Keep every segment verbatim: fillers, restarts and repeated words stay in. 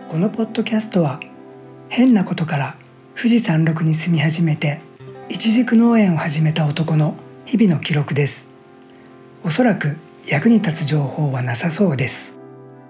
このポッドキャストは変なことから富士山麓に住み始めていちじく農園を始めた男の日々の記録です。おそらく役に立つ情報はなさそうです。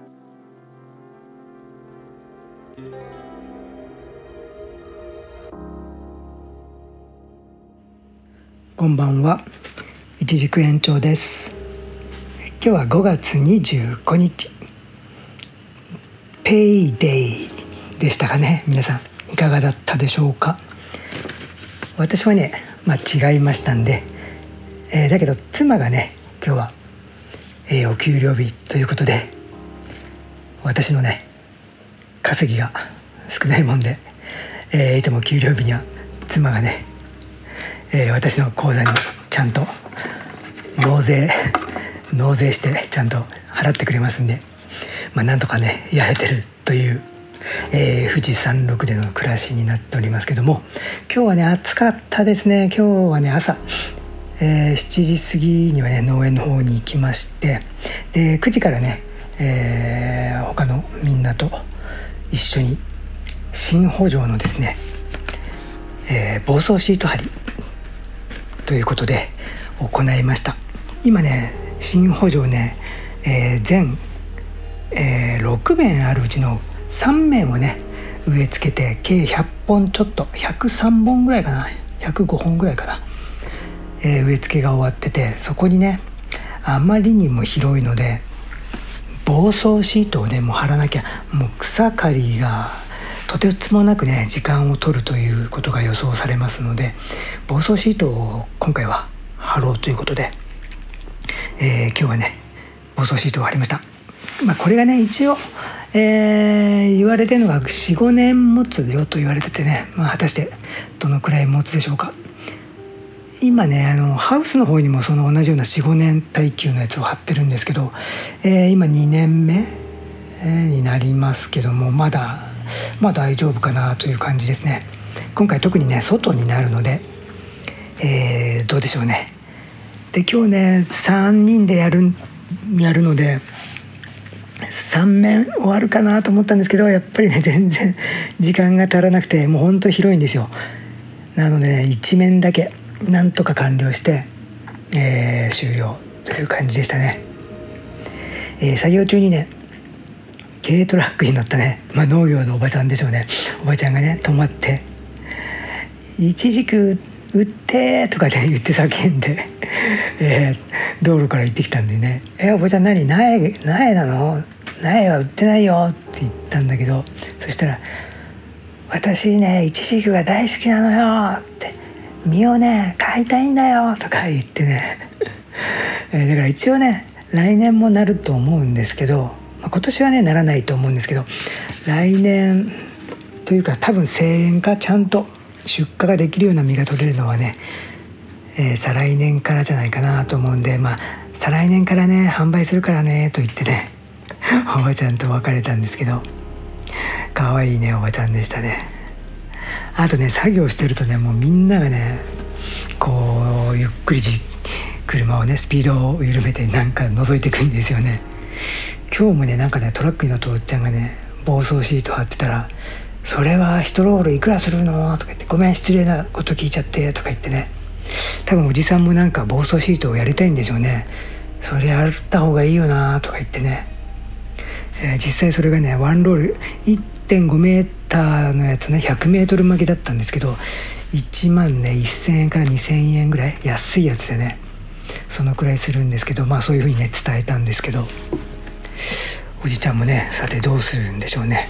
こんばんは、いちじく園長です。今日はごがつにじゅうごにち、ペイデイでしたかね。皆さんいかがだったでしょうか。私はね、まあ、違いましたんで、えー、だけど妻がね今日は、えー、お給料日ということで、私のね稼ぎが少ないもんで、えー、いつも給料日には妻がね、えー、私の口座にちゃんと納税納税してちゃんと払ってくれますんで、まあ、なんとかねやれてるという、えー、富士山麓での暮らしになっておりますけども、今日はね暑かったですね。今日はね朝、えー、しちじ過ぎにはね農園の方に行きまして、でくじからね、えー、他のみんなと一緒に新圃場のですね、えー、防草シート張りということで行いました。今ね新圃場ね、えー、全、えー、ろくめんあるうちのさんめんをね植え付けて計ひゃっぽんちょっと、ひゃくさんぼんぐらいかな、ひゃくごほんぐらいかな、えー、植え付けが終わってて、そこにねあまりにも広いので防草シートをねもう張らなきゃ、もう草刈りがとてつもなくね時間を取るということが予想されますので、防草シートを今回は貼ろうということで、えー、今日はね防草シートを貼りました。まあ、これがね一応、えー、言われてるのが よんごねん持つよと言われててね、まあ、果たしてどのくらい持つでしょうか。今ねあのハウスの方にもその同じような よんごねん耐久のやつを貼ってるんですけど、えー、今にねんめになりますけども、まだまあ大丈夫かなという感じですね。今回特にね外になるので、えー、どうでしょうね。で今日ねさんにんでやるやるのでさんめん終わるかなと思ったんですけど、やっぱりね全然時間が足らなくて、もうほんと広いんですよ。なのでねいちめんだけなんとか完了して、えー、終了という感じでしたね。えー、作業中にね軽トラックに乗ったね、まあ、農業のおばちゃんでしょうね。おばちゃんがね止まっていちじく売ってとかで言って叫んで、えー、道路から行ってきたんでね、えー、おばちゃん何苗苗なの、苗は売ってないよって言ったんだけど、そしたら私ねイチジクが大好きなのよって、実をね買いたいんだよとか言ってねえー、だから一応ね来年もなると思うんですけど、まあ、今年はねならないと思うんですけど、来年というか多分声援かちゃんと出荷ができるような実が取れるのはね、えー、再来年からじゃないかなと思うんで、まあ再来年からね販売するからねと言ってねおばちゃんと別れたんですけど、かわいいねおばちゃんでしたね。あとね作業してるとねもうみんながねこうゆっくりじ車をねスピードを緩めてなんか覗いていくんですよね。今日もねなんかねトラックに乗ったおっちゃんがね防草シート貼ってたら、それは一ロールいくらするのとか言って、ごめん失礼なこと聞いちゃってとか言ってね、多分おじさんもなんか防草シートをやりたいんでしょうね。それやった方がいいよなとか言ってね、えー、実際それがねワンロール いってんごメーターのやつねひゃくメートル巻きだったんですけど、いちまんねせんえんからにせんえんぐらい安いやつでねそのくらいするんですけど、まあそういうふうにね伝えたんですけど、おじちゃんもねさてどうするんでしょうね。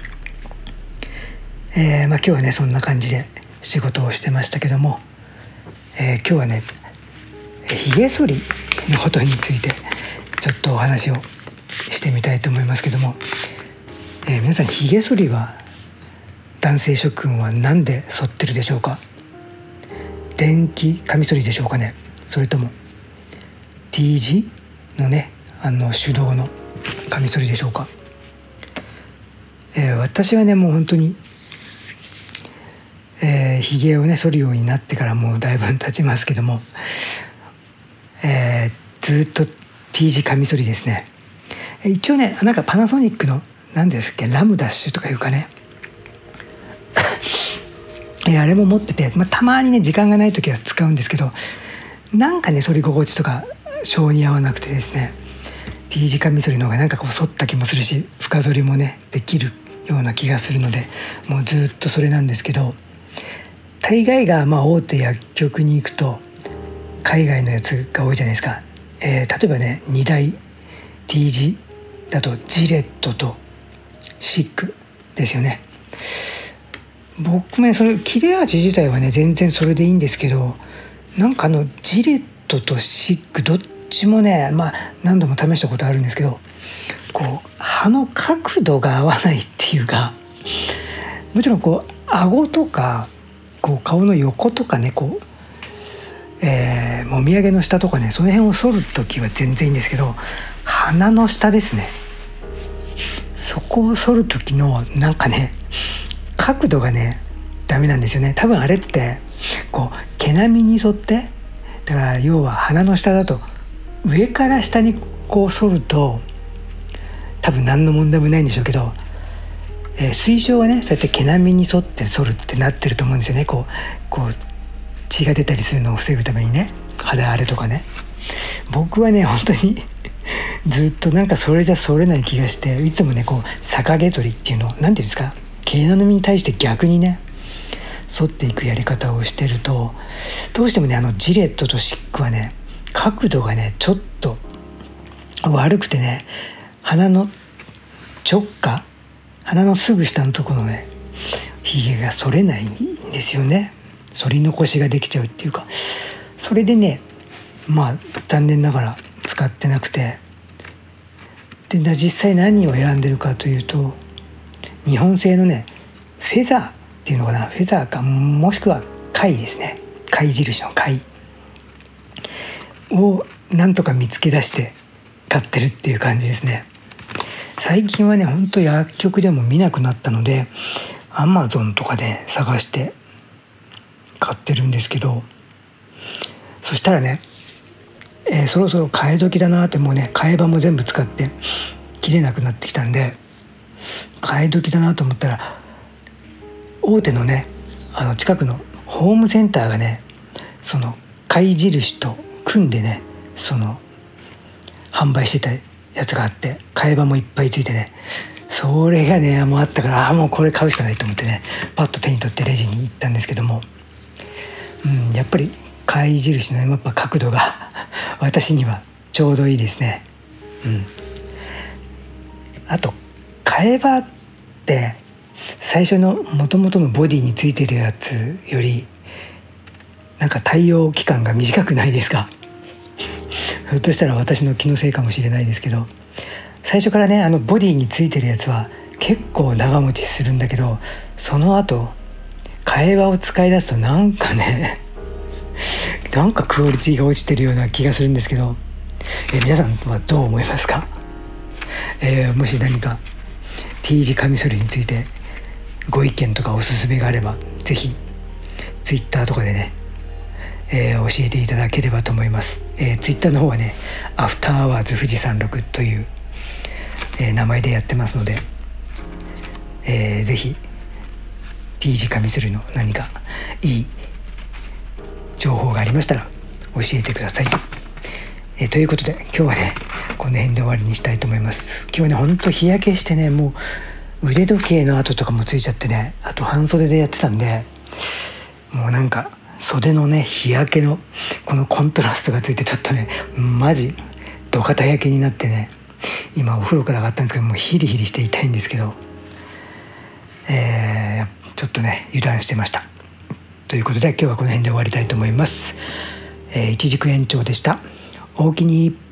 えーまあ、今日はねそんな感じで仕事をしてましたけども、えー、今日はねひげ剃りのことについてちょっとお話をしてみたいと思いますけども、えー、皆さんひげ剃りは男性諸君は何で剃ってるでしょうか。電気カミソリでしょうかね、それとも T 字のねあの手動のカミソリでしょうか。えー、私はねもう本当にえー、ひげをね剃るようになってからもうだいぶ経ちますけども、えー、ずっと T 字カミソリですね。一応ねなんかパナソニックの何ですっけ、ラムダッシュとかいうかねあれも持ってて、まあ、たまにね時間がない時は使うんですけど、なんかね反り心地とか性に合わなくてですね、 T 字カミソリの方がなんかこう反った気もするし、深剃りもねできるような気がするので、もうずっとそれなんですけど、大概がまあ大手薬局に行くと海外のやつが多いじゃないですか。えー、例えばねに大 T 字だとジレットとシックですよね。僕もねそれ切れ味自体はね全然それでいいんですけど、なんかあのジレットとシックどっちもね、まあ何度も試したことあるんですけど、こう刃の角度が合わないっていうか、もちろんこう顎とかこう顔の横とかね、こう、えー、もみあげの下とかね、その辺を剃るときは全然いいんですけど、鼻の下ですね、そこを剃るときのなんかね角度がねダメなんですよね。多分あれってこう毛並みに沿って、だから要は鼻の下だと上から下にこう剃ると多分何の問題もないんでしょうけど、えー、推奨はねそうやって毛並みに沿って剃るってなってると思うんですよね。こうこう血が出たりするのを防ぐためにね、肌荒れとかね。僕はね本当にずっとなんかそれじゃ剃れない気がして、いつもねこう逆毛剃りっていうのを、なんていうんですか、毛並みに対して逆にね剃っていくやり方をしてると、どうしてもねあのジレットとシックはね角度がねちょっと悪くてね、鼻の直下、鼻のすぐ下のところのねひげが剃れないんですよね。剃り残しができちゃうっていうか、それでねまあ残念ながら使ってなくて、で実際何を選んでるかというと、日本製のねフェザーっていうのかな、フェザーかもしくは貝ですね、貝印の貝をなんとか見つけ出して買ってるっていう感じですね。最近はねほんと薬局でも見なくなったので、アマゾンとかで探して買ってるんですけど、そしたらね、えー、そろそろ替え時だなって、もうね替え刃も全部使って切れなくなってきたんで替え時だなと思ったら、大手のねあの近くのホームセンターがねその貝印と組んでねその販売してたやつがあって、替え刃もいっぱいついてね、それがねもうあったから、あもうこれ買うしかないと思ってねパッと手に取ってレジに行ったんですけども、うん、やっぱり貝印のやっぱ角度が私にはちょうどいいですね。うん、あと替え刃って最初の元々のボディについてるやつよりなんか対応期間が短くないですか？ひょっとしたら私の気のせいかもしれないですけど、最初からねあのボディについてるやつは結構長持ちするんだけど、その後替え刃を使い出すとなんかねなんかクオリティが落ちてるような気がするんですけど、え皆さんはどう思いますか？えー、もし何か T 字カミソリについてご意見とかおすすめがあれば、ぜひツイッターとかでね、えー、教えていただければと思います。えー、ツイッターの方はねアフターアワーズ富士山ろくという、えー、名前でやってますので、えー、ぜひ T 字カミソリの何かいい情報がありましたら教えてください。えー、ということで今日はねこの辺で終わりにしたいと思います。今日はねほんと日焼けしてね、もう腕時計の跡とかもついちゃってね、あと半袖でやってたんで、もうなんか袖のね日焼けのこのコントラストがついてちょっとねマジドカタ焼けになってね、今お風呂から上がったんですけどもうヒリヒリして痛いんですけど、えー、ちょっとね油断してました。ということで今日はこの辺で終わりたいと思います。えー、一軸延長でした。おおきに。